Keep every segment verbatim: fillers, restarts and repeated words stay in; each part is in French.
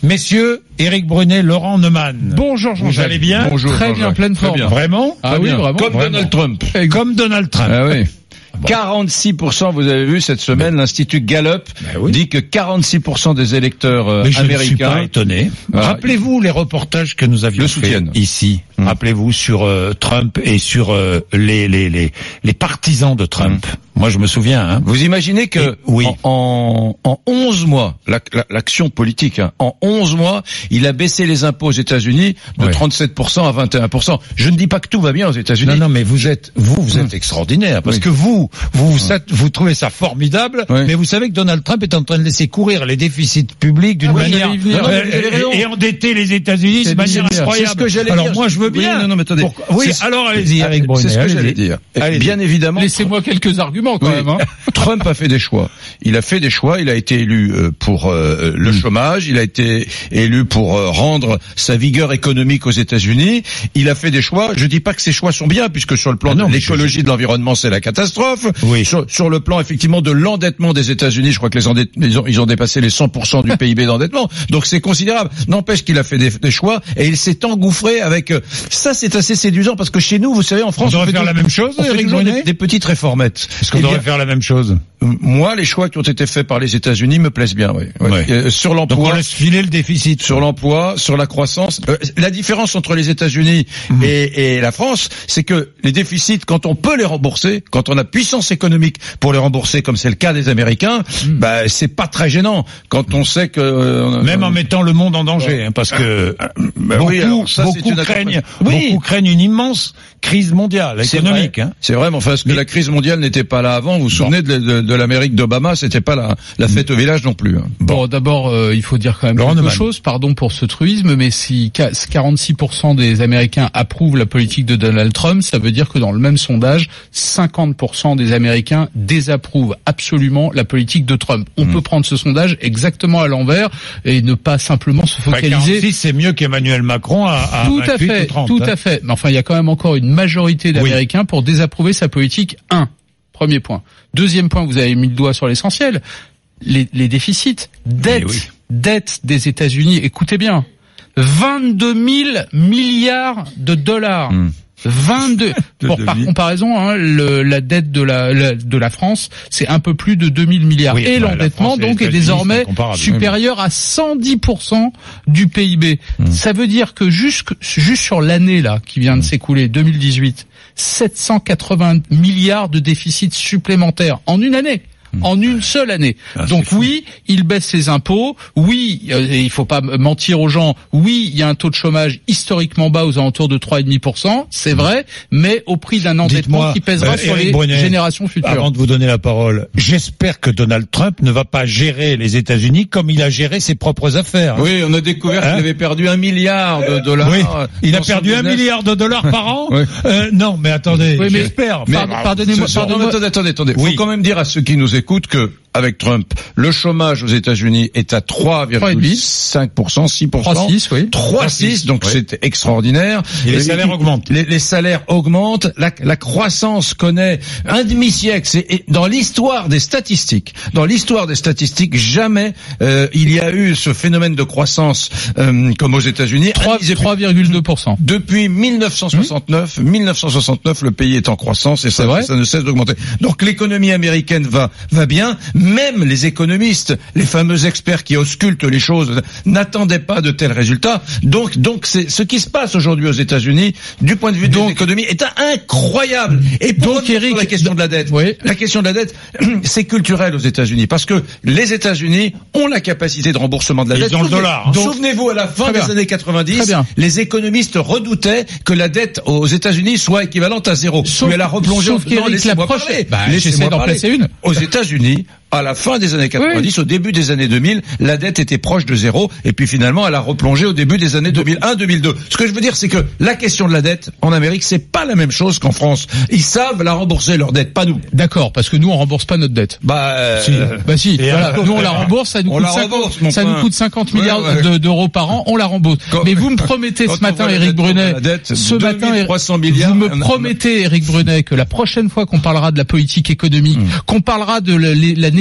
Messieurs, Éric Brunet, Laurent Neumann. Bonjour Jean-Jacques. Vous allez bien? Bonjour. Très Jean-Jacques. bien, pleine forme. Bien. Vraiment? Ah oui, vraiment. Comme vraiment. Donald Trump. Comme Donald Trump. Ah oui. Bon. quarante-six pour cent, vous avez vu cette semaine, l'Institut Gallup ben oui. dit que quarante-six pour cent des électeurs euh, Mais je américains. ne suis pas étonné. Voilà. Rappelez-vous les reportages que nous avions Le fait soutiennent. ici. Hum. Rappelez-vous sur euh, Trump et sur euh, les, les les les partisans de Trump. Hum. Moi, je me souviens. Hein. Vous imaginez que et, oui. en, en, en onze mois, la, la, l'action politique, hein, en onze mois, il a baissé les impôts aux États-Unis de ouais. trente-sept pour cent à vingt et un pour cent. Je ne dis pas que tout va bien aux États-Unis. Non, non, mais vous êtes, vous, vous êtes hum. extraordinaire parce oui. que vous, vous, vous, hum. vous trouvez ça formidable, oui. mais vous savez que Donald Trump est en train de laisser courir les déficits publics d'une ah, manière oui, non, euh, et endetter les États-Unis de manière incroyable. C'est ce que j'allais alors dire. moi, je veux bien. Oui, non, non, mais attendez. Pourquoi oui, c'est alors allez-y, Éric Brunet. C'est ce que allez-y. j'allais dire. Allez-y. Bien évidemment. Laissez-moi quelques arguments quand oui. même. Hein. Trump a fait des choix. Il a fait des choix. Il a été élu pour euh, le mmh. chômage. Il a été élu pour euh, rendre sa vigueur économique aux États-Unis. Il a fait des choix. Je dis pas que ces choix sont bien, puisque sur le plan ah non, de l'écologie, je... de l'environnement, c'est la catastrophe. Oui. Sur, sur le plan effectivement de l'endettement des États-Unis, je crois que les endett... ils, ont, ils ont dépassé les cent pour cent du P I B d'endettement. Donc c'est considérable. N'empêche qu'il a fait des, des choix et il s'est engouffré avec. Euh, ça, c'est assez séduisant parce que chez nous, vous savez, en France, on, on devrait fait faire tout, la même chose. On fait toujours des, des petites réformettes. Est-ce qu'on eh devrait bien, faire la même chose? Moi, les choix qui ont été faits par les États-Unis me plaisent bien. Oui. oui. Ouais. Euh, sur l'emploi, donc on laisse filer le déficit. Sur l'emploi, sur la croissance. Euh, la différence entre les États-Unis mmh. et, et la France, c'est que les déficits, quand on peut les rembourser, quand on a puissance économique pour les rembourser, comme c'est le cas des Américains, mmh. bah c'est pas très gênant. Quand on sait que euh, même en mettant le monde en danger, hein, parce que ah, bah beaucoup, oui, alors, ça, beaucoup craignent, oui. beaucoup craignent une immense crise mondiale économique. C'est vrai, hein. c'est vrai mais enfin, parce que mais... la crise mondiale n'était pas là avant. Vous vous bon. souvenez de, de, de l'Amérique d'Obama, c'était pas la, la fête au village non plus. Hein. Bon, bon d'abord, euh, il faut dire quand même Laurent quelque Neumann. chose. Pardon pour ce truisme, mais si quarante-six pour cent des Américains approuvent la politique de Donald Trump, ça veut dire que dans le même sondage, cinquante pour cent des Américains désapprouvent absolument la politique de Trump. On mmh. peut prendre ce sondage exactement à l'envers et ne pas simplement se focaliser. quarante-six, c'est mieux qu'Emmanuel Macron à, à tout à fait, ou trente, tout hein. à fait. Mais enfin, il y a quand même encore une majorité d'Américains oui. pour désapprouver sa politique. Un, premier point. Deuxième point, vous avez mis le doigt sur l'essentiel. Les, les déficits, dette, oui. dette des États-Unis. Écoutez bien, vingt-deux mille milliards de dollars. Mmh. vingt-deux. Pour, par comparaison, hein, le, la dette de la, la de la France, c'est un peu plus de deux mille milliards. Oui, et bah, l'endettement donc est désormais supérieur à cent dix pour cent du P I B. Mmh. Ça veut dire que juste juste sur l'année là qui vient de mmh. s'écouler, deux mille dix-huit, sept cent quatre-vingts milliards de déficit supplémentaires en une année. En une seule année. Ah, donc oui, il baisse ses impôts. Oui, euh, il faut pas mentir aux gens. Oui, il y a un taux de chômage historiquement bas aux alentours de trois virgule cinq pour cent. C'est vrai, mais au prix d'un endettement qui pèsera euh, sur Éric les Brunet, générations futures. Avant de vous donner la parole, j'espère que Donald Trump ne va pas gérer les États-Unis comme il a géré ses propres affaires. Oui, on a découvert hein qu'il avait perdu un milliard de dollars. Oui, il a perdu un milliard de dollars par an. Oui. Euh, non, mais attendez, oui, mais, j'espère. Mais, pardonnez-moi, pardonnez-moi. Attendez, attendez, attendez. Oui. Faut quand même dire à ceux qui nous écoutent que avec Trump, le chômage aux États-Unis est à trois virgule cinq pour cent, six pour cent. trois virgule six, oui. trois virgule six, donc oui. c'est extraordinaire. Et les, les salaires augmentent. Les, les salaires augmentent. La, la croissance connaît un demi-siècle. C'est dans l'histoire des statistiques. Dans l'histoire des statistiques, jamais euh, il y a eu ce phénomène de croissance euh, comme aux États-Unis. trois virgule deux pour cent. Depuis mille neuf cent soixante-neuf, mmh. mille neuf cent soixante-neuf, le pays est en croissance et ça, ça ne cesse d'augmenter. Donc l'économie américaine va va bien. Même les économistes, les fameux experts qui auscultent les choses, n'attendaient pas de tels résultats. Donc, donc, c'est ce qui se passe aujourd'hui aux États-Unis, du point de vue donc, de l'économie, est incroyable. Et pour donc, Eric, la question de la dette, oui. la question de la dette, c'est culturel aux États-Unis, parce que les États-Unis ont la capacité de remboursement de la Ils dette. Ont le dollar. Donc, souvenez-vous, à la fin des années quatre-vingt-dix, les économistes redoutaient que la dette aux États-Unis soit équivalente à zéro. Sauf, Mais elle a replongé. Sauf qu'Éric, la prochaine, bah, j'essaie d'en placer une. Aux États-Unis, à la fin des années quatre-vingt-dix, oui. au début des années deux mille, la dette était proche de zéro, et puis finalement, elle a replongé au début des années deux mille un deux mille deux. Ce que je veux dire, c'est que la question de la dette, en Amérique, c'est pas la même chose qu'en France. Ils savent la rembourser, leur dette, pas nous. D'accord, parce que nous, on rembourse pas notre dette. Bah, euh, si. Bah si, voilà. Nous, on la rembourse, ça nous coûte cinquante, ça nous coûte cinquante milliards ouais, ouais. d'euros par an, on la rembourse. Quand, Mais vous me promettez ce matin, Éric Brunet, dette, ce matin, milliards, vous me promettez, Éric Brunet, que la prochaine fois qu'on parlera de la politique économique, mmh. qu'on parlera de la, la nécessité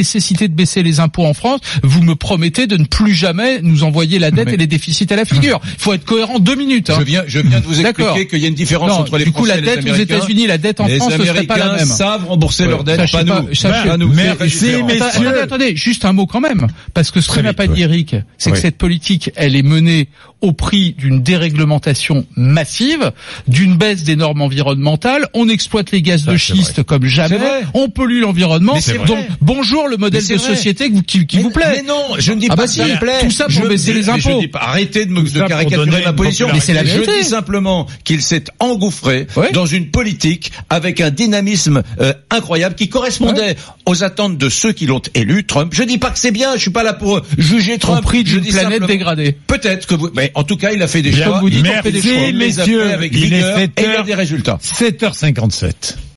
nécessité de baisser les impôts en France, vous me promettez de ne plus jamais nous envoyer la dette mais... et les déficits à la figure. Il faut être cohérent deux minutes. Hein. Je viens, je viens de vous expliquer qu'il y a une différence non, entre les du coup, Français la dette et les aux États-Unis, la dette en les France, ce serait pas la même. Les Américains savent rembourser ouais. leur dette, pas, pas nous. Pas, pas nous. Merci, messieurs. Attendez, attendez, juste un mot quand même, parce que ce que n'a pas dit Eric, c'est oui. que cette politique, elle est menée au prix d'une déréglementation massive, d'une baisse des normes environnementales. On exploite les gaz Ça, de schiste vrai. comme jamais. On pollue l'environnement. Donc bonjour le modèle de société qui, qui, qui mais, vous plaît. Mais non, je ne dis ah pas bah que ça si, me plaît. Tout ça pour je baisser dis, les impôts. Je dis pas, arrêtez de me de caricaturer ma position. Mais c'est la vérité. Je dis simplement qu'il s'est engouffré ouais. dans une politique avec un dynamisme euh, incroyable qui correspondait ouais. aux attentes de ceux qui l'ont élu, Trump. Je dis pas que c'est bien. Je suis pas là pour juger Trump. Au prix d'une planète dégradée. Peut-être que vous, mais en tout cas, il a fait des Bien choix. Vous dites, Merci, on fait des choix. messieurs, avec vigueur, et il y a des résultats. sept heures cinquante-sept.